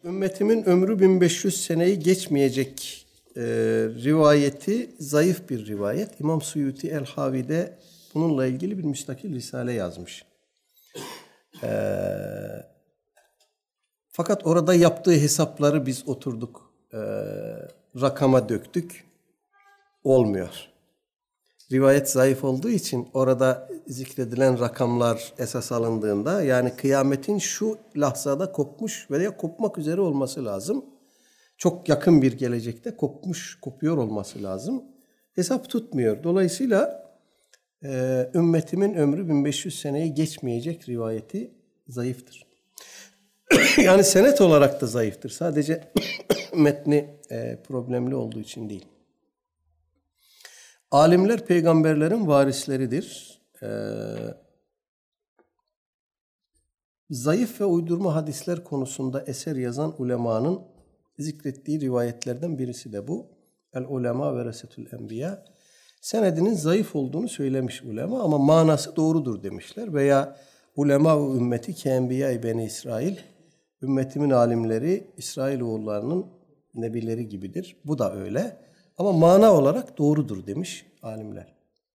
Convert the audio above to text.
Ümmetimin ömrü 1500 seneyi geçmeyecek rivayeti zayıf bir rivayet. İmam Suyuti El-Havi'de bununla ilgili bir müstakil risale yazmış. Fakat orada yaptığı hesapları biz oturduk, rakama döktük. Olmuyor. Rivayet zayıf olduğu için orada zikredilen rakamlar esas alındığında, yani kıyametin şu lahzada kopmuş veya kopmak üzere olması lazım. Çok yakın bir gelecekte kopuyor olması lazım. Hesap tutmuyor. Dolayısıyla ümmetimin ömrü 1500 seneyi geçmeyecek rivayeti zayıftır. Yani senet olarak da zayıftır. Sadece metni problemli olduğu için değil. Alimler peygamberlerin varisleridir. Zayıf ve uydurma hadisler konusunda eser yazan ulemanın zikrettiği rivayetlerden birisi de bu. El-ulema veresetül enbiya. Senedinin zayıf olduğunu söylemiş ulema ama manası doğrudur demişler. Veya ulema-u ümmeti ki enbiya-i beni İsrail. Ümmetimin alimleri İsrailoğullarının nebileri gibidir. Bu da öyle. Ama mana olarak doğrudur demiş alimler.